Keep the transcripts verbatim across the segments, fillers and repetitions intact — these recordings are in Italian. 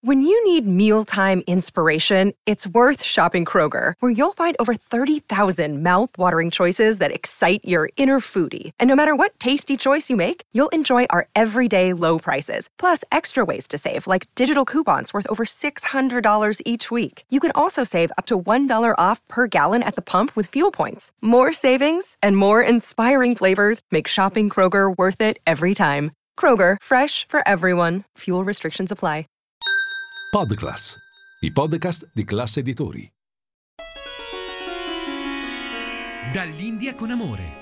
When you need mealtime inspiration, it's worth shopping Kroger, where you'll find over thirty thousand mouth-watering choices that excite your inner foodie. And no matter what tasty choice you make, you'll enjoy our everyday low prices, plus extra ways to save, like digital coupons worth over six hundred dollars each week. You can also save up to one dollar off per gallon at the pump with fuel points. More savings and more inspiring flavors make shopping Kroger worth it every time. Kroger, fresh for everyone. Fuel restrictions apply. Podclass, i podcast di Classe Editori. Dall'India con amore.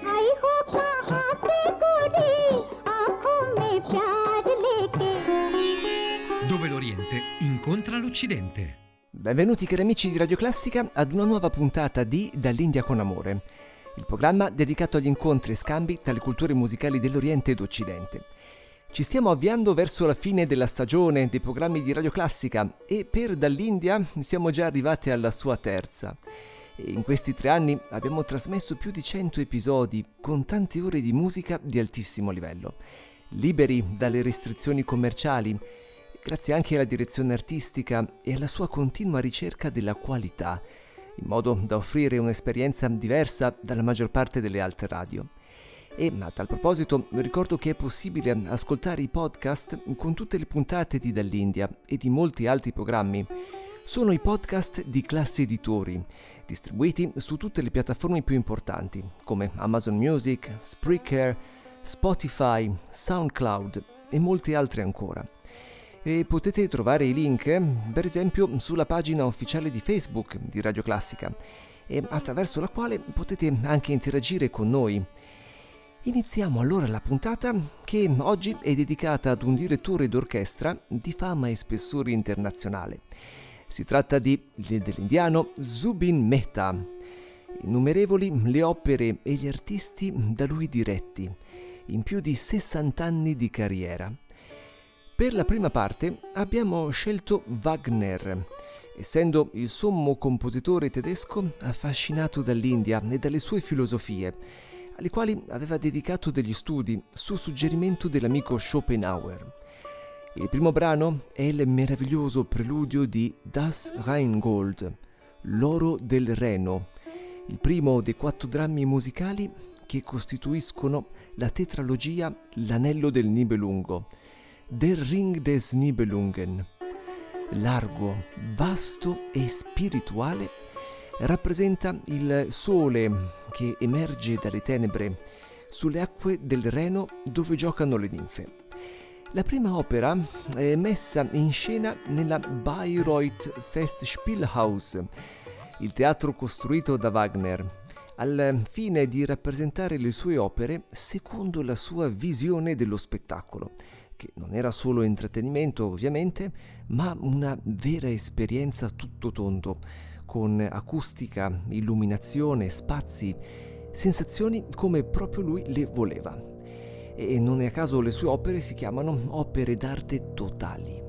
Dove l'Oriente incontra l'Occidente. Benvenuti cari amici di Radio Classica ad una nuova puntata di Dall'India con amore, il programma dedicato agli incontri e scambi tra le culture musicali dell'Oriente ed Occidente. Ci stiamo avviando verso la fine della stagione dei programmi di Radio Classica e per Dall'India siamo già arrivati alla sua terza. E in questi tre anni abbiamo trasmesso più di cento episodi con tante ore di musica di altissimo livello, liberi dalle restrizioni commerciali, grazie anche alla direzione artistica e alla sua continua ricerca della qualità, in modo da offrire un'esperienza diversa dalla maggior parte delle altre radio. E a tal proposito ricordo che è possibile ascoltare i podcast con tutte le puntate di Dall'India e di molti altri programmi. Sono i podcast di Classe Editori, distribuiti su tutte le piattaforme più importanti, come Amazon Music, Spreaker, Spotify, SoundCloud e molti altri ancora. E potete trovare i link, per esempio, sulla pagina ufficiale di Facebook di Radio Classica, e attraverso la quale potete anche interagire con noi. Iniziamo allora la puntata che oggi è dedicata ad un direttore d'orchestra di fama e spessore internazionale. Si tratta di, dell'indiano Zubin Mehta. Innumerevoli le opere e gli artisti da lui diretti, in più di sessanta anni di carriera. Per la prima parte abbiamo scelto Wagner, essendo il sommo compositore tedesco affascinato dall'India e dalle sue filosofie, alle quali aveva dedicato degli studi su suggerimento dell'amico Schopenhauer. Il primo brano è il meraviglioso preludio di Das Rheingold, l'oro del Reno, il primo dei quattro drammi musicali che costituiscono la tetralogia L'anello del Nibelungo, Der Ring des Nibelungen. Largo, vasto e spirituale, rappresenta il sole che emerge dalle tenebre sulle acque del Reno dove giocano le ninfe. La prima opera è messa in scena nella Bayreuth Festspielhaus, il teatro costruito da Wagner, al fine di rappresentare le sue opere secondo la sua visione dello spettacolo, che non era solo intrattenimento ovviamente, ma una vera esperienza a tutto tondo, con acustica, illuminazione, spazi, sensazioni come proprio lui le voleva. E non è a caso le sue opere si chiamano opere d'arte totali.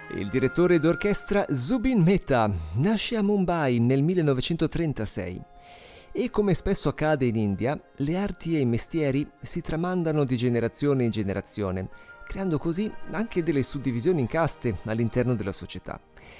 Il direttore d'orchestra Zubin Mehta nasce a Mumbai nel millenovecentotrentasei e, come spesso accade in India, le arti e i mestieri si tramandano di generazione in generazione, creando così anche delle suddivisioni in caste all'interno della società.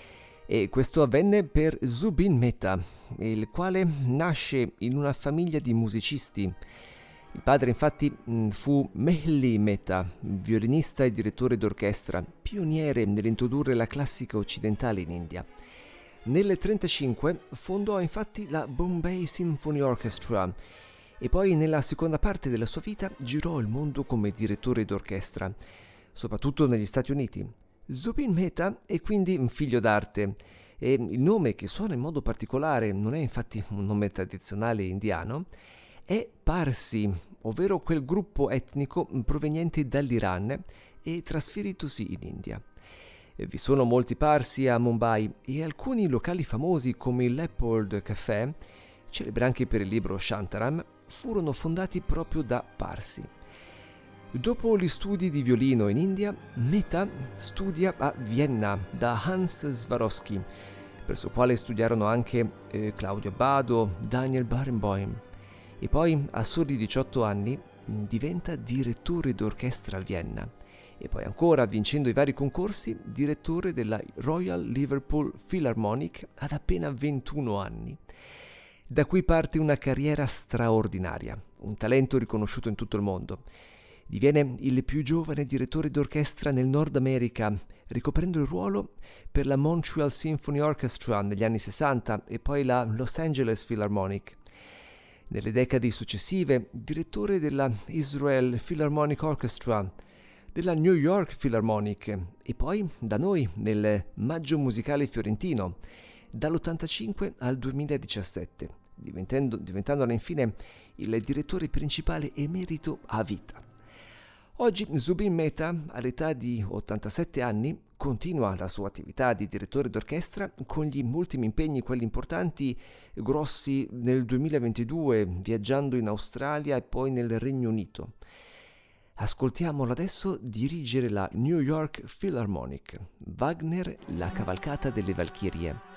E questo avvenne per Zubin Mehta, il quale nasce in una famiglia di musicisti. Il padre infatti fu Mehli Mehta, violinista e direttore d'orchestra, pioniere nell'introdurre la classica occidentale in India. Nel millenovecentotrentacinque fondò infatti la Bombay Symphony Orchestra e poi nella seconda parte della sua vita girò il mondo come direttore d'orchestra, soprattutto negli Stati Uniti. Zubin Mehta è quindi un figlio d'arte e il nome, che suona in modo particolare, non è infatti un nome tradizionale indiano, è Parsi, ovvero quel gruppo etnico proveniente dall'Iran e trasferitosi in India. Vi sono molti Parsi a Mumbai e alcuni locali famosi come il Leopold Café, celebre anche per il libro Shantaram, furono fondati proprio da Parsi. Dopo gli studi di violino in India, Mehta studia a Vienna da Hans Swarovski, presso il quale studiarono anche eh, Claudio Abbado, Daniel Barenboim, e poi a soli diciotto anni diventa direttore d'orchestra a Vienna e poi ancora, vincendo i vari concorsi, direttore della Royal Liverpool Philharmonic ad appena ventuno anni. Da qui parte una carriera straordinaria, un talento riconosciuto in tutto il mondo. Diviene il più giovane direttore d'orchestra nel Nord America, ricoprendo il ruolo per la Montreal Symphony Orchestra negli anni sessanta e poi la Los Angeles Philharmonic. Nelle decadi successive, direttore della Israel Philharmonic Orchestra, della New York Philharmonic e poi da noi nel Maggio Musicale Fiorentino, dall'ottantacinque al duemiladiciassette, diventando, diventandone infine il direttore principale emerito a vita. Oggi Zubin Mehta, all'età di ottantasette anni, continua la sua attività di direttore d'orchestra con gli ultimi impegni, quelli importanti, grossi, nel duemilaventidue, viaggiando in Australia e poi nel Regno Unito. Ascoltiamolo adesso dirigere la New York Philharmonic, Wagner, La cavalcata delle Valchirie.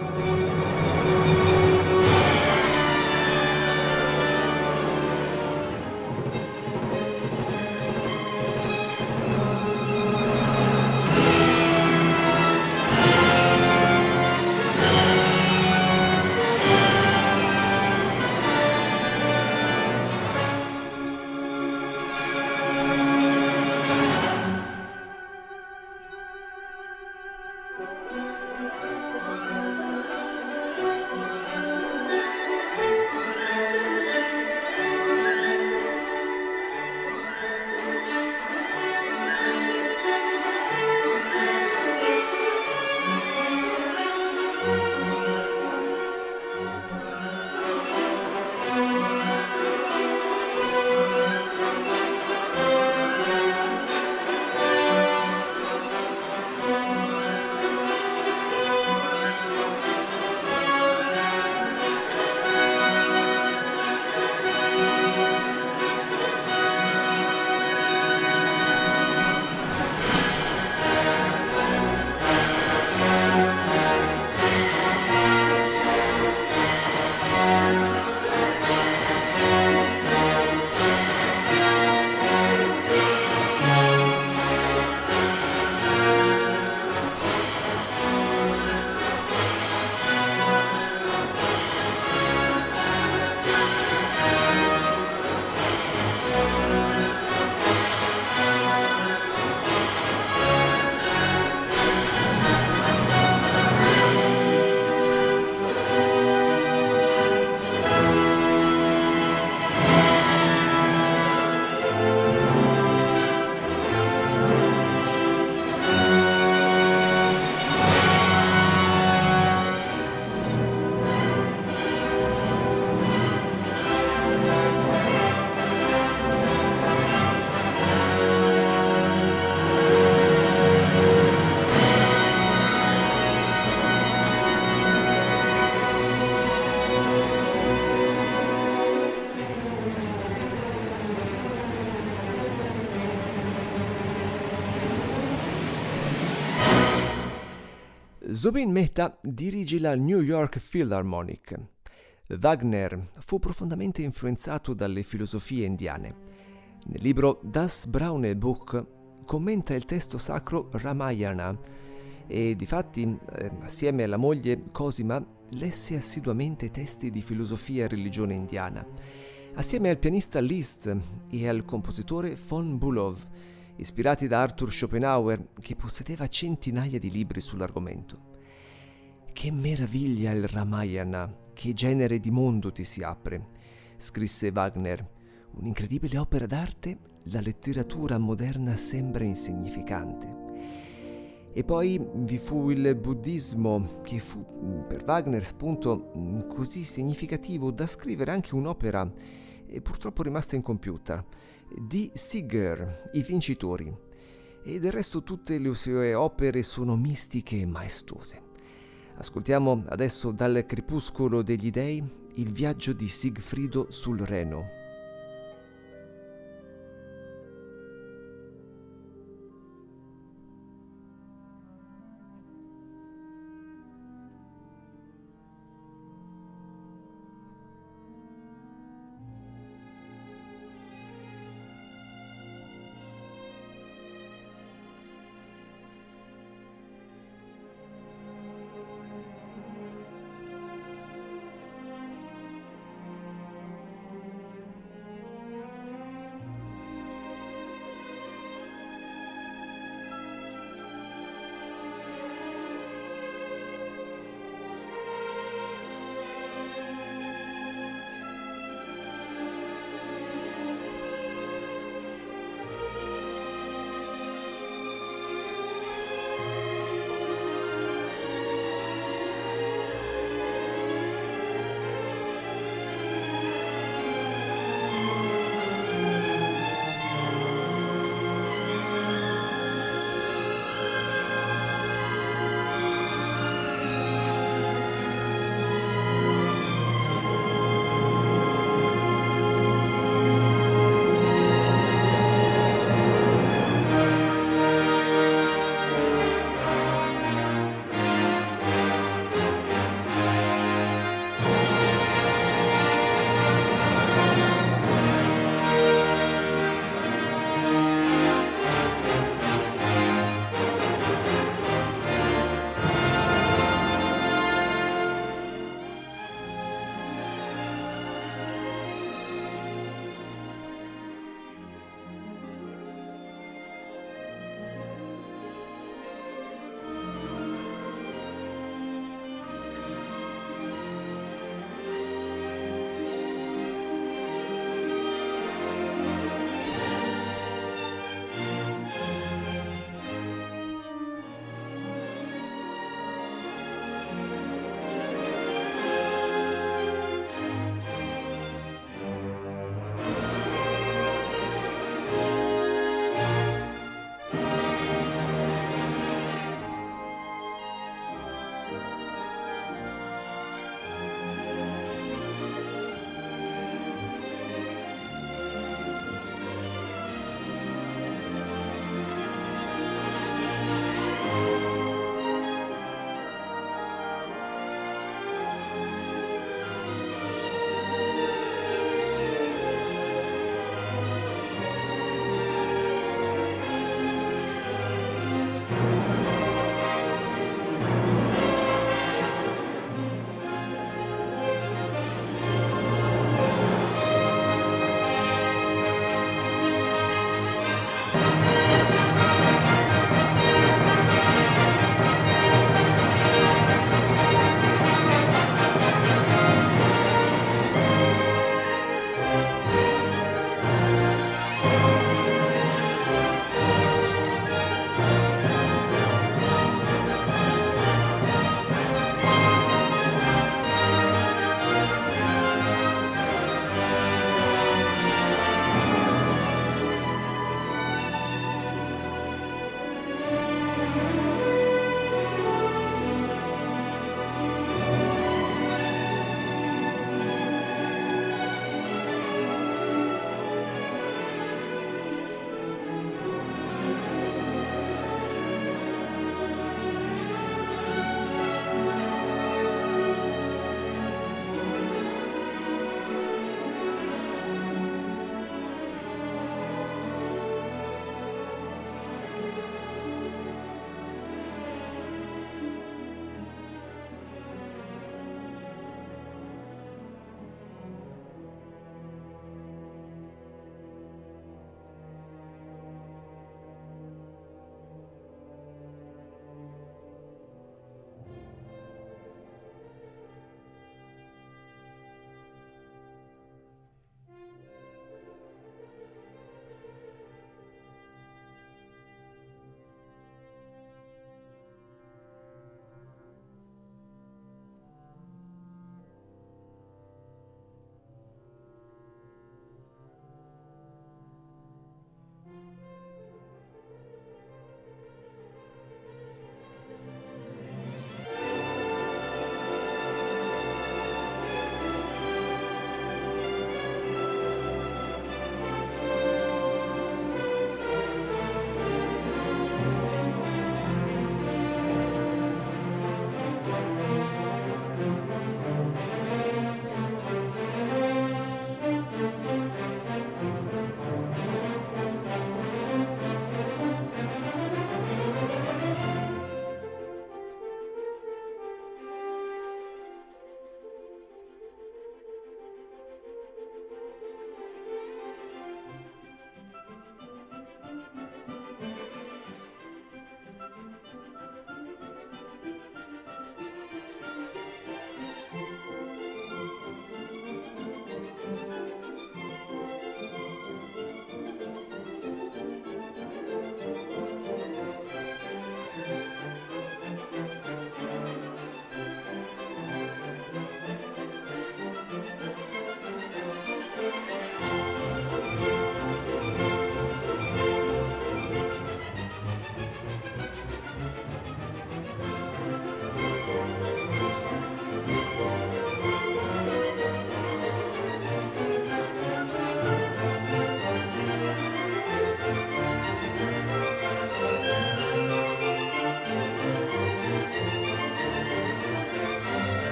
Zubin Mehta dirige la New York Philharmonic. Wagner fu profondamente influenzato dalle filosofie indiane. Nel libro Das Braune Buch commenta il testo sacro Ramayana e difatti, eh, assieme alla moglie Cosima, lesse assiduamente testi di filosofia e religione indiana, assieme al pianista Liszt e al compositore von Bülow, ispirati da Arthur Schopenhauer, che possedeva centinaia di libri sull'argomento. «Che meraviglia il Ramayana, che genere di mondo ti si apre», scrisse Wagner. «Un'incredibile opera d'arte, la letteratura moderna sembra insignificante». E poi vi fu il buddismo, che fu per Wagner spunto così significativo da scrivere anche un'opera, e purtroppo rimasta incompiuta, di Sieger, I vincitori. E del resto tutte le sue opere sono mistiche e maestose. Ascoltiamo adesso dal Crepuscolo degli Dei il viaggio di Sigfrido sul Reno.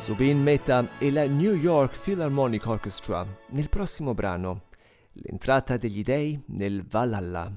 Zubin Mehta e la New York Philharmonic Orchestra nel prossimo brano, L'entrata degli dei nel Valhalla.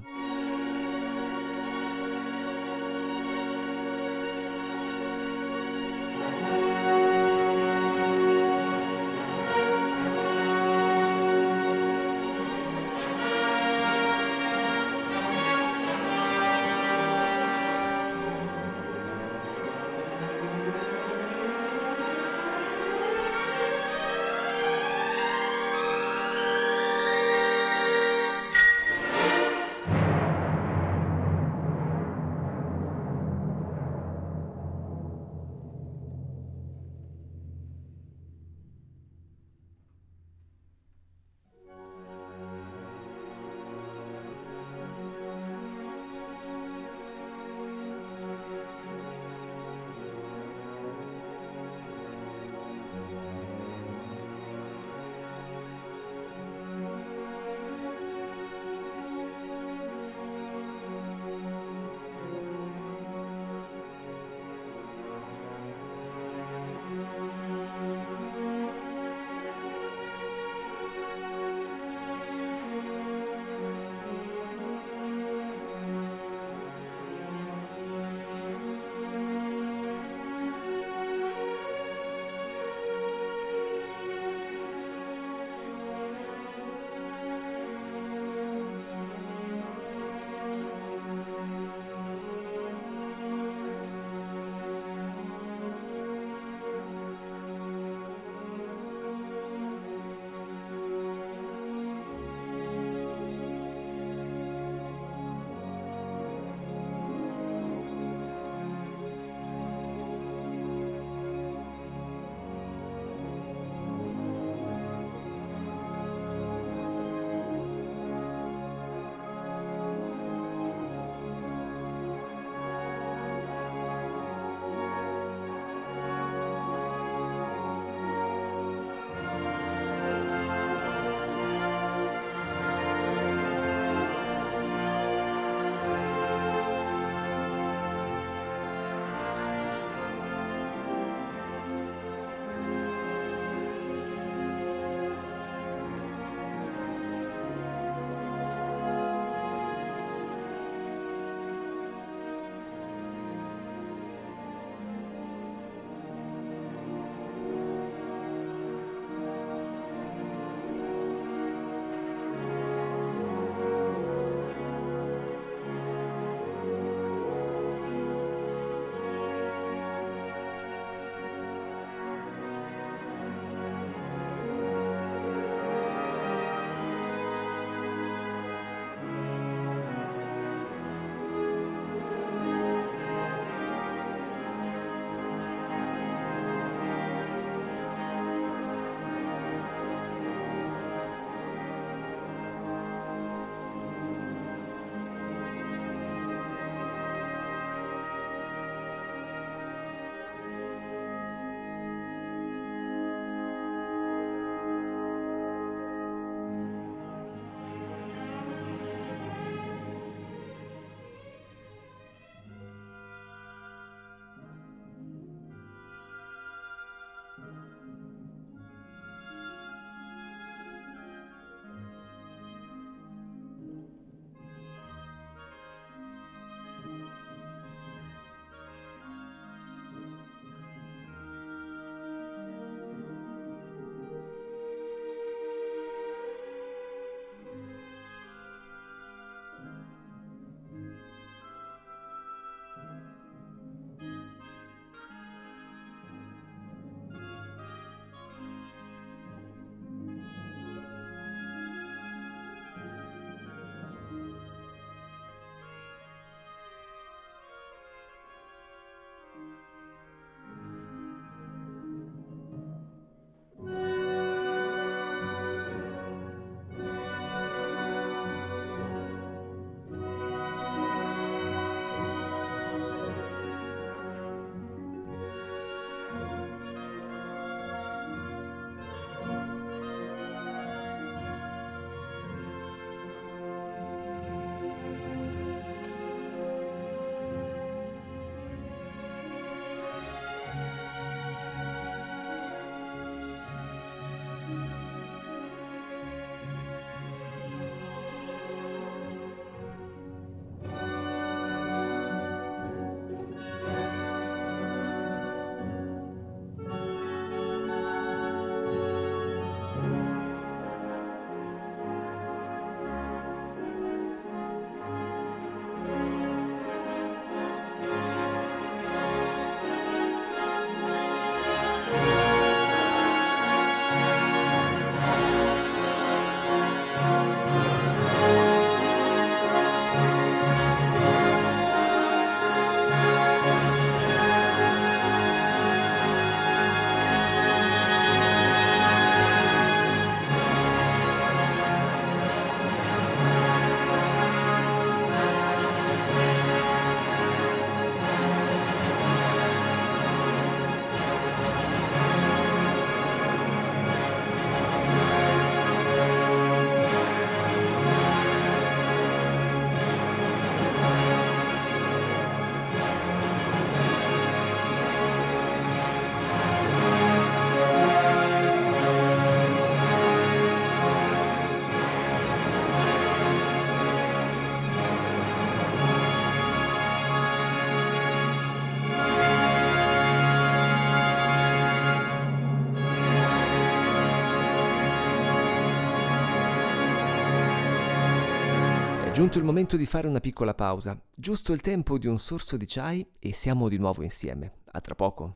giunto il momento di fare una piccola pausa, giusto il tempo di un sorso di chai e siamo di nuovo insieme. A tra poco.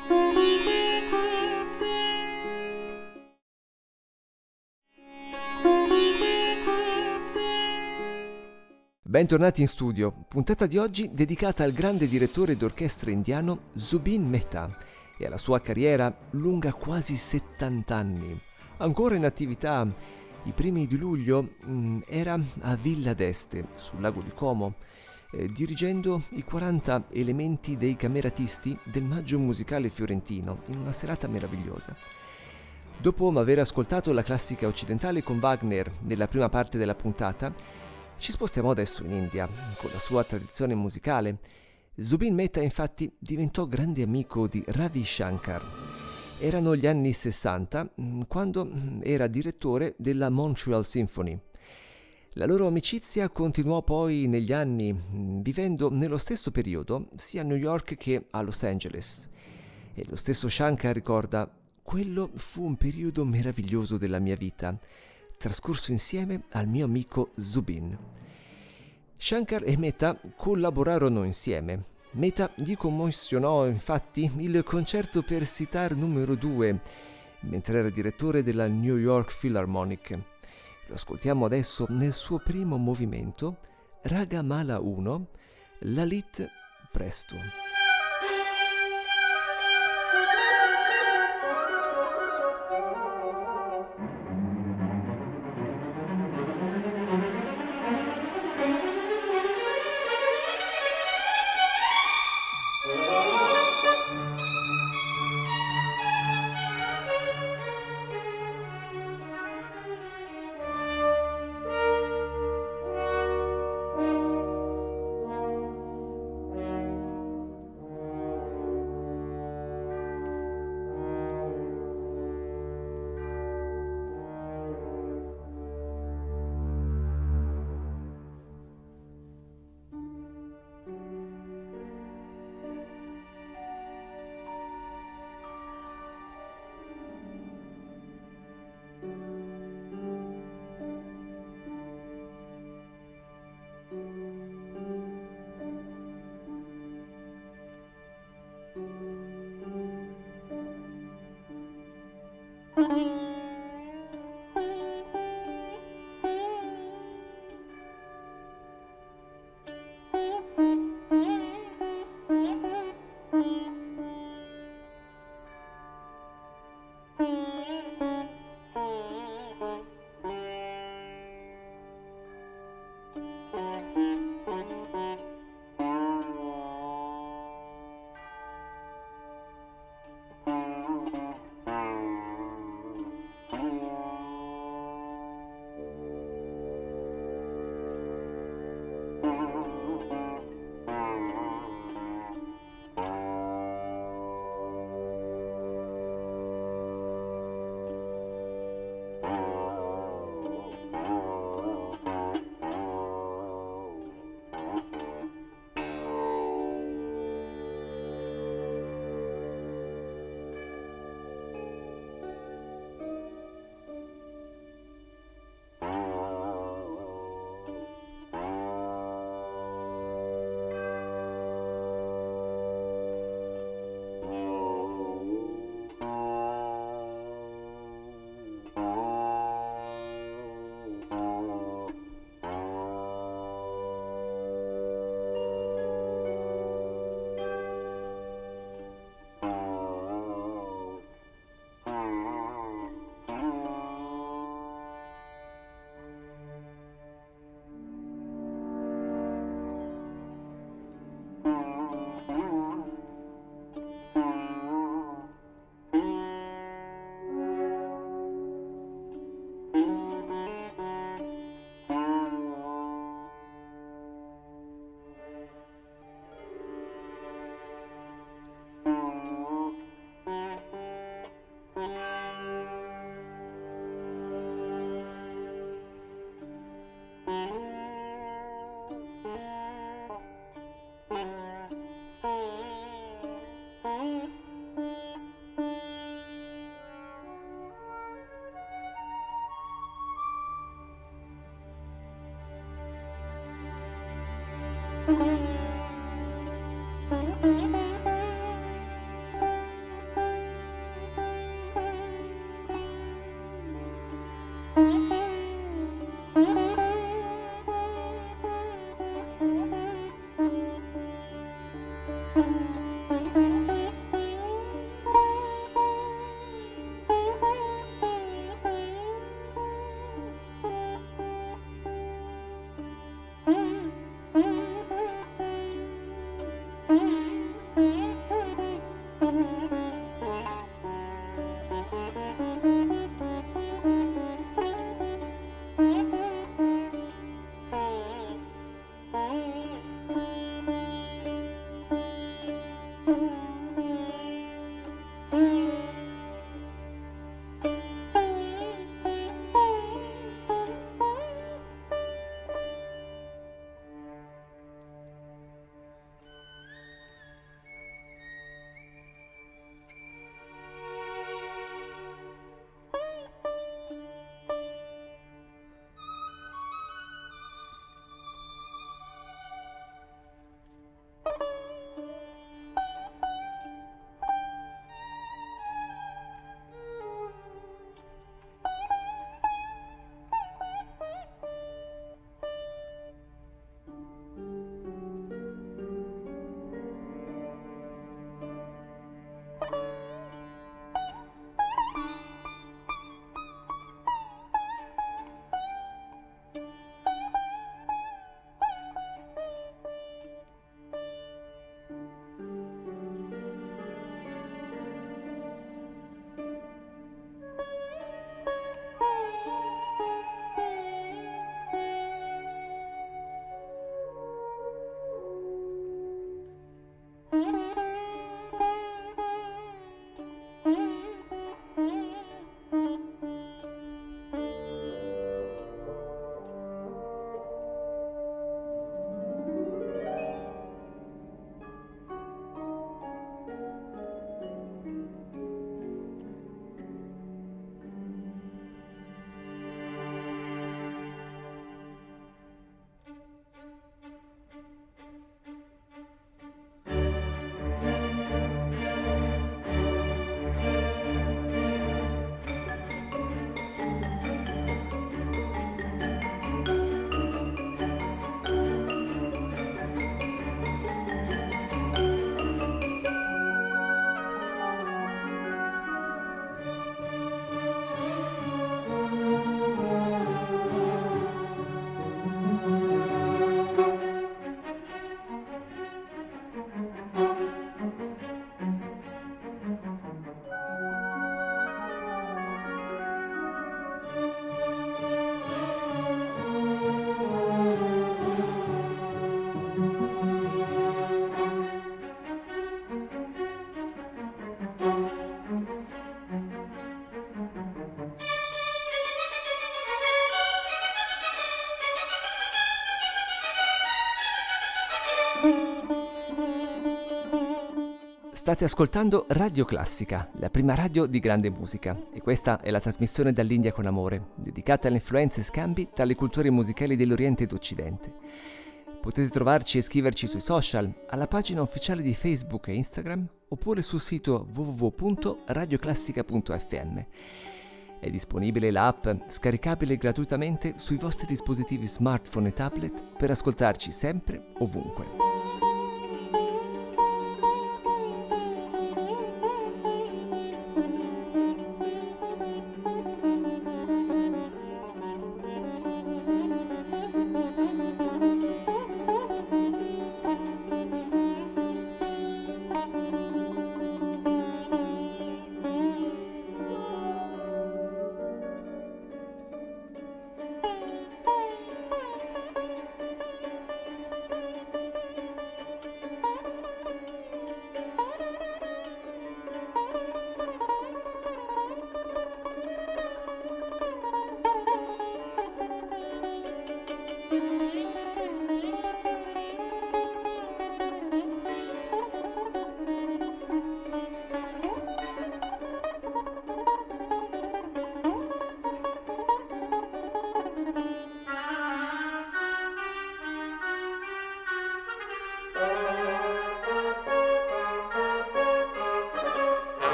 Bentornati in studio, puntata di oggi dedicata al grande direttore d'orchestra indiano Zubin Mehta e alla sua carriera lunga quasi settanta anni. Ancora in attività, i primi di luglio mh, era a Villa d'Este, sul lago di Como, eh, dirigendo i quaranta elementi dei cameratisti del Maggio Musicale Fiorentino in una serata meravigliosa. Dopo aver ascoltato la classica occidentale con Wagner nella prima parte della puntata, ci spostiamo adesso in India, con la sua tradizione musicale. Zubin Mehta infatti diventò grande amico di Ravi Shankar. Erano gli anni sessanta, quando era direttore della Montreal Symphony. La loro amicizia continuò poi negli anni, vivendo nello stesso periodo sia a New York che a Los Angeles. E lo stesso Shankar ricorda: quello fu un periodo meraviglioso della mia vita, trascorso insieme al mio amico Zubin. Shankar e Mehta collaborarono insieme. Mehta gli commissionò infatti il concerto per sitar numero due, mentre era direttore della New York Philharmonic. Lo ascoltiamo adesso nel suo primo movimento, Ragamala uno, Lalit Presto. State ascoltando Radio Classica, la prima radio di grande musica, e questa è la trasmissione Dall'India con amore, dedicata alle influenze e scambi tra le culture musicali dell'Oriente ed Occidente. Potete trovarci e scriverci sui social, alla pagina ufficiale di Facebook e Instagram, oppure sul sito w w w punto radioclassica punto f m. È disponibile l'app, scaricabile gratuitamente sui vostri dispositivi smartphone e tablet per ascoltarci sempre, ovunque.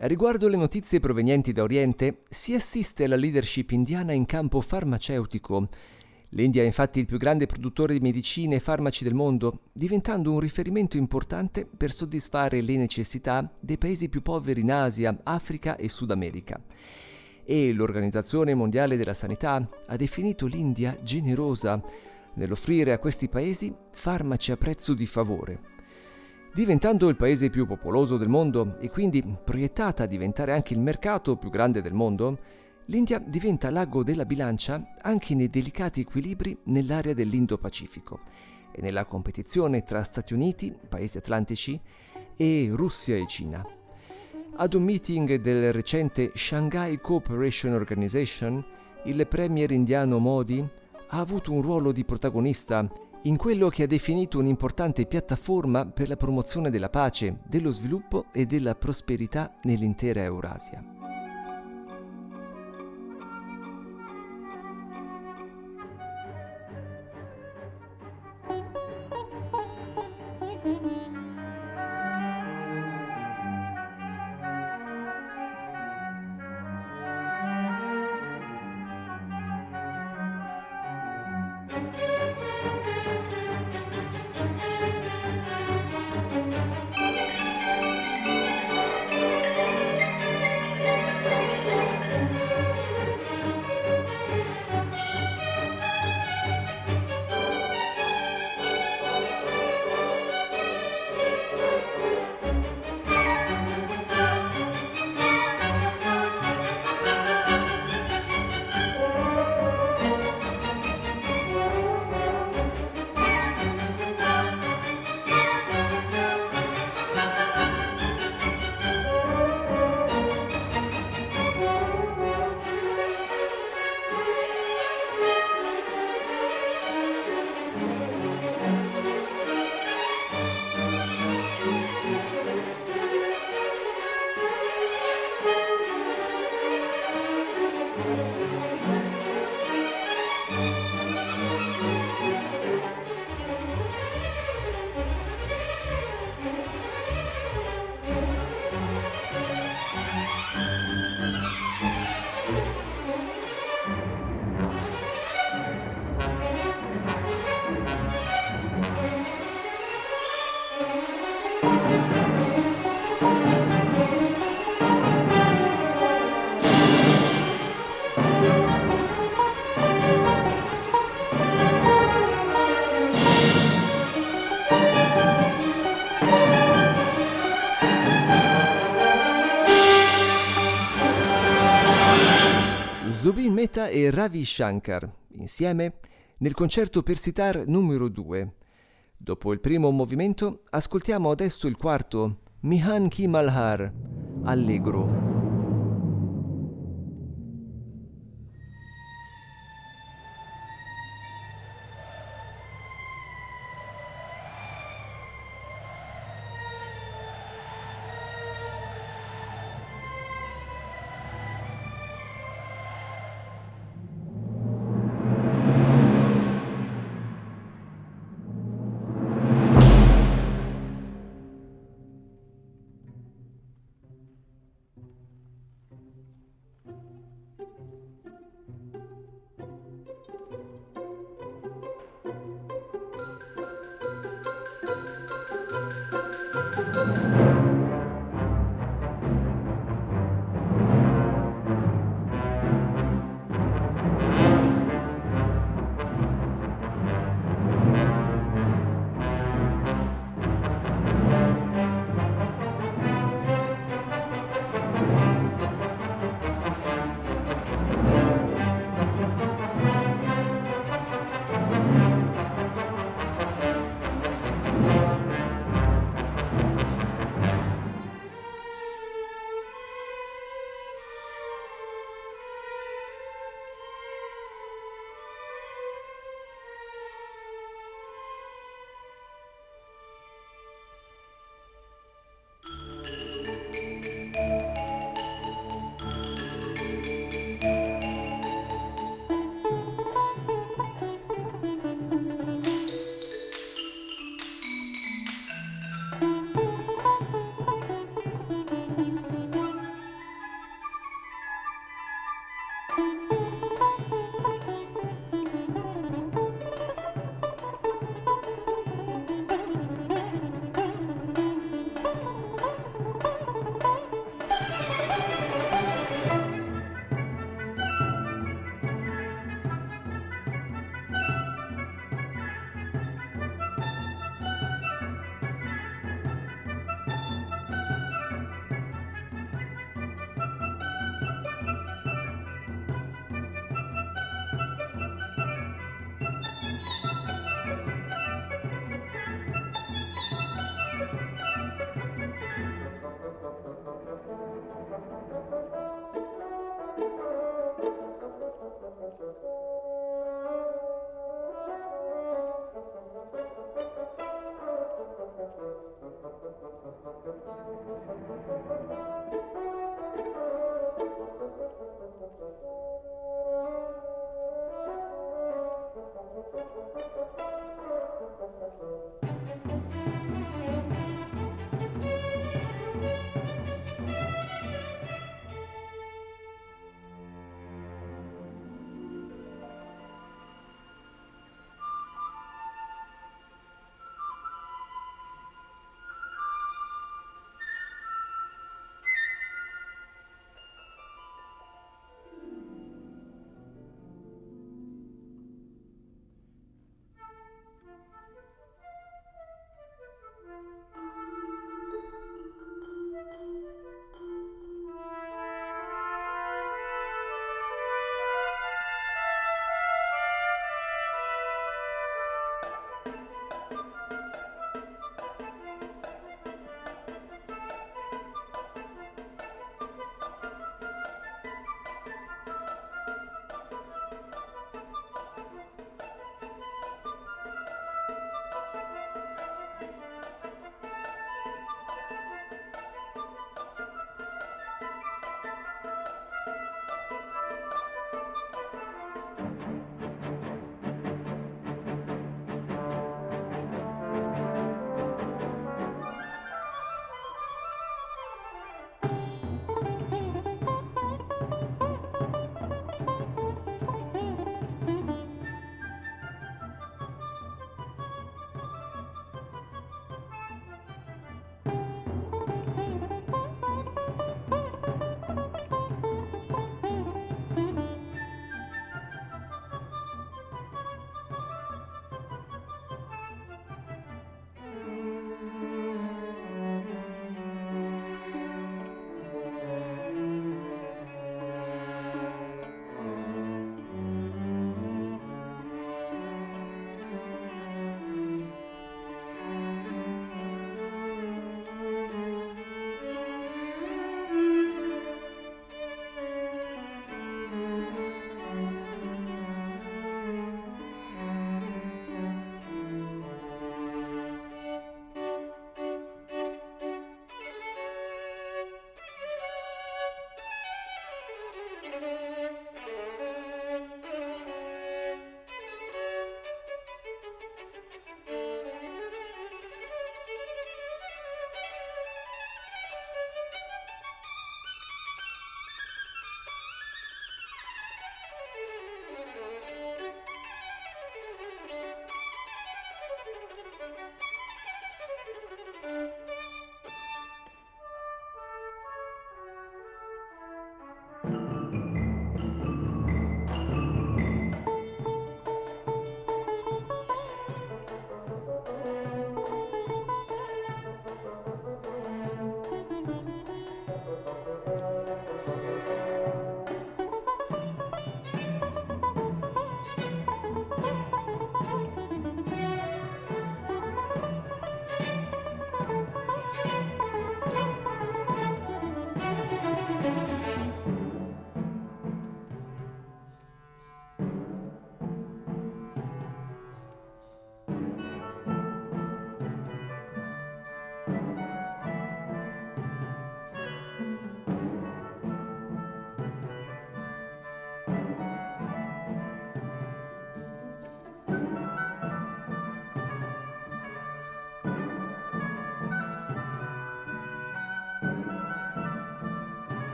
Riguardo le notizie provenienti da Oriente, si assiste alla leadership indiana in campo farmaceutico. L'India è infatti il più grande produttore di medicine e farmaci del mondo, diventando un riferimento importante per soddisfare le necessità dei paesi più poveri in Asia, Africa e Sud America. E l'Organizzazione Mondiale della Sanità ha definito l'India generosa nell'offrire a questi paesi farmaci a prezzo di favore. Diventando il paese più popoloso del mondo e quindi proiettata a diventare anche il mercato più grande del mondo, l'India diventa l'ago della bilancia anche nei delicati equilibri nell'area dell'Indo-Pacifico e nella competizione tra Stati Uniti, paesi atlantici, e Russia e Cina. Ad un meeting del recente Shanghai Cooperation Organization, il premier indiano Modi ha avuto un ruolo di protagonista in quello che ha definito un'importante piattaforma per la promozione della pace, dello sviluppo e della prosperità nell'intera Eurasia. Zubin Mehta e Ravi Shankar, insieme, nel concerto per sitar numero due. Dopo il primo movimento, ascoltiamo adesso il quarto, Mihan Ki Malhar, allegro.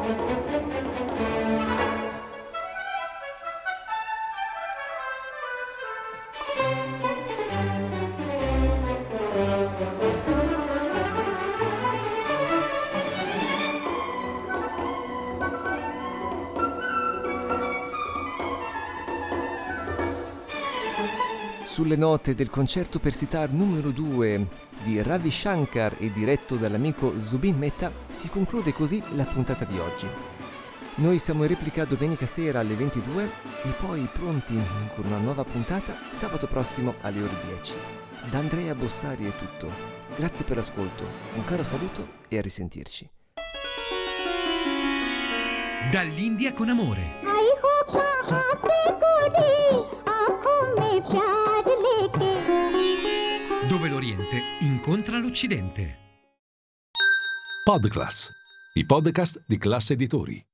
Sulle note del concerto per sitar numero due di Ravi Shankar e diretto dall'amico Zubin Mehta si conclude così la puntata di oggi. Noi siamo in replica domenica sera alle ventidue e poi pronti con una nuova puntata sabato prossimo alle ore dieci. Da Andrea Bossari è tutto. Grazie per l'ascolto, un caro saluto e a risentirci. Dall'India con amore. Dove l'Oriente incontra l'Occidente. Podclass, i podcast di Classe Editori.